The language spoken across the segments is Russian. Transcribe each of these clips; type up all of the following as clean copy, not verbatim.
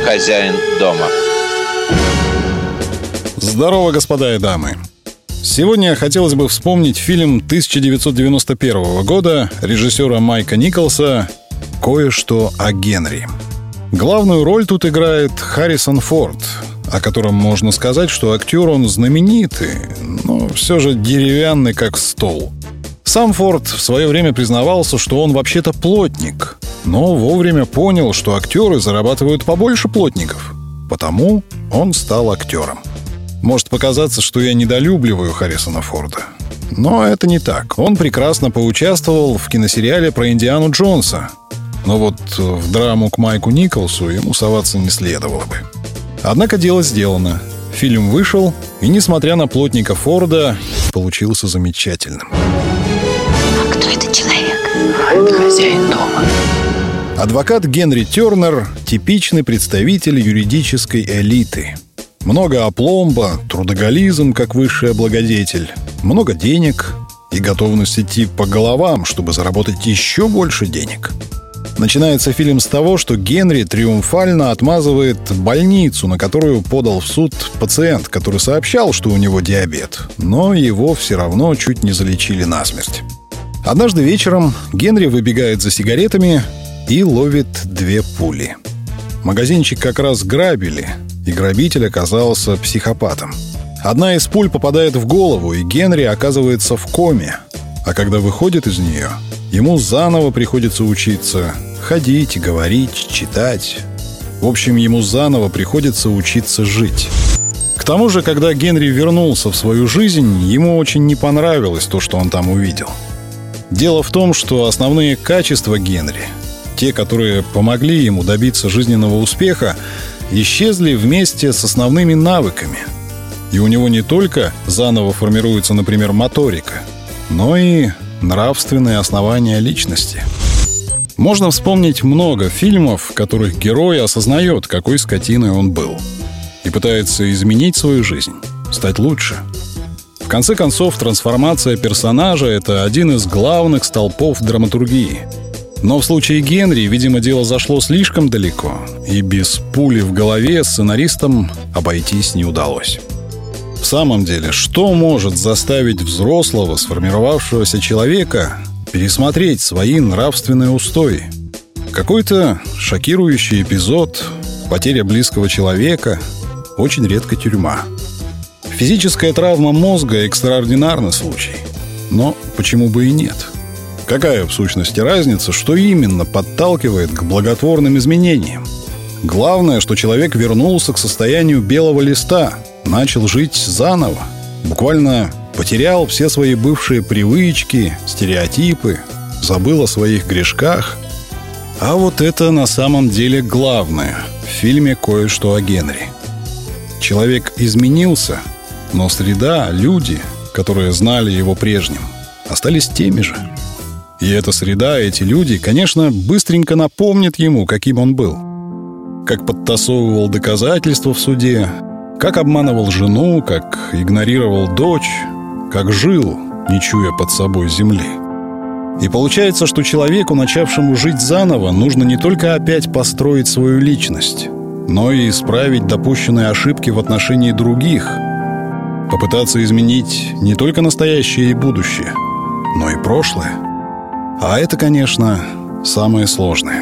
хозяин дома. Здорово, господа и дамы. Сегодня хотелось бы вспомнить фильм 1991 года режиссера Майка Николса «Кое-что о Генри». Главную роль тут играет Харрисон Форд, о котором можно сказать, что актер он знаменитый, но все же деревянный как стол. Сам Форд в свое время признавался, что он вообще-то плотник, но вовремя понял, что актеры зарабатывают побольше плотников, потому он стал актером. Может показаться, что я недолюбливаю Харрисона Форда, но это не так. Он прекрасно поучаствовал в киносериале про Индиану Джонса, но вот в драму к Майку Николсу ему соваться не следовало бы. Однако дело сделано. Фильм вышел, и, несмотря на плотника Форда, получился замечательным. А кто этот человек? Это хозяин дома. Адвокат Генри Тернер – типичный представитель юридической элиты. Много апломба, трудоголизм как высший благодетель, много денег и готовность идти по головам, чтобы заработать еще больше денег. Начинается фильм с того, что Генри триумфально отмазывает больницу, на которую подал в суд пациент, который сообщал, что у него диабет, но его все равно чуть не залечили насмерть. Однажды вечером Генри выбегает за сигаретами и ловит 2 пули. Магазинчик как раз грабили, и грабитель оказался психопатом. Одна из пуль попадает в голову, и Генри оказывается в коме. А когда выходит из нее, ему заново приходится учиться ходить, говорить, читать. В общем, ему заново приходится учиться жить. К тому же, когда Генри вернулся в свою жизнь, ему очень не понравилось то, что он там увидел. Дело в том, что основные качества Генри, те, которые помогли ему добиться жизненного успеха, исчезли вместе с основными навыками. И у него не только заново формируется, например, моторика, но и нравственные основания личности. Можно вспомнить много фильмов, в которых герой осознает, какой скотиной он был, и пытается изменить свою жизнь, стать лучше. В конце концов, трансформация персонажа — это один из главных столпов драматургии. Но в случае Генри, видимо, дело зашло слишком далеко, и без пули в голове сценаристам обойтись не удалось. В самом деле, что может заставить взрослого, сформировавшегося человека пересмотреть свои нравственные устои? Какой-то шокирующий эпизод, потеря близкого человека, очень редко тюрьма. Физическая травма мозга — экстраординарный случай. Но почему бы и нет? Какая в сущности разница, что именно подталкивает к благотворным изменениям? Главное, что человек вернулся к состоянию белого листа, начал жить заново, буквально потерял все свои бывшие привычки, стереотипы, забыл о своих грешках. А вот это на самом деле главное в фильме «Кое-что о Генри». Человек изменился, но среда, люди, которые знали его прежним, остались теми же. И эта среда, эти люди, конечно, быстренько напомнят ему, каким он был. Как подтасовывал доказательства в суде, как обманывал жену, как игнорировал дочь, как жил, не чуя под собой земли. И получается, что человеку, начавшему жить заново, нужно не только опять построить свою личность, но и исправить допущенные ошибки в отношении других, попытаться изменить не только настоящее и будущее, но и прошлое. А это, конечно, самое сложное.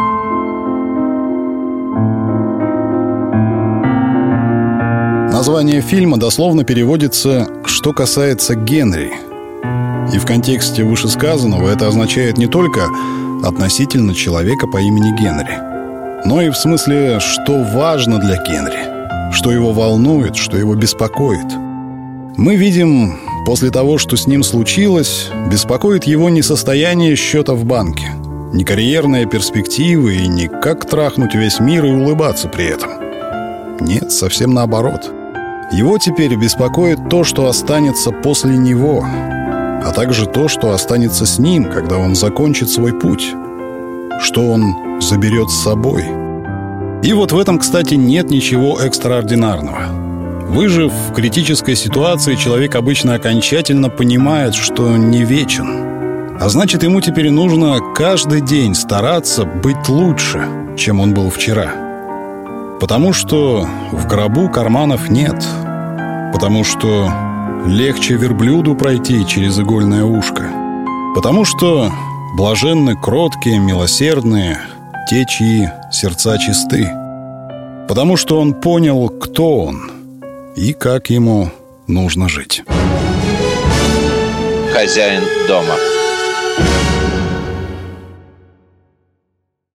Название фильма дословно переводится «Что касается Генри». И в контексте вышесказанного это означает не только относительно человека по имени Генри, но и в смысле, что важно для Генри, что его волнует, что его беспокоит. Мы видим, после того, что с ним случилось, беспокоит его не состояние счета в банке, не карьерные перспективы и не как трахнуть весь мир и улыбаться при этом. Нет, совсем наоборот. Его теперь беспокоит то, что останется после него, а также то, что останется с ним, когда он закончит свой путь, что он заберет с собой. И вот в этом, кстати, нет ничего экстраординарного. Выжив в критической ситуации, человек обычно окончательно понимает, что не вечен. А значит, ему теперь нужно каждый день стараться быть лучше, чем он был вчера. Потому что в гробу карманов нет. Потому что легче верблюду пройти через игольное ушко. Потому что блаженны кроткие, милосердные, те, чьи сердца чисты. Потому что он понял, кто он и как ему нужно жить. Хозяин дома.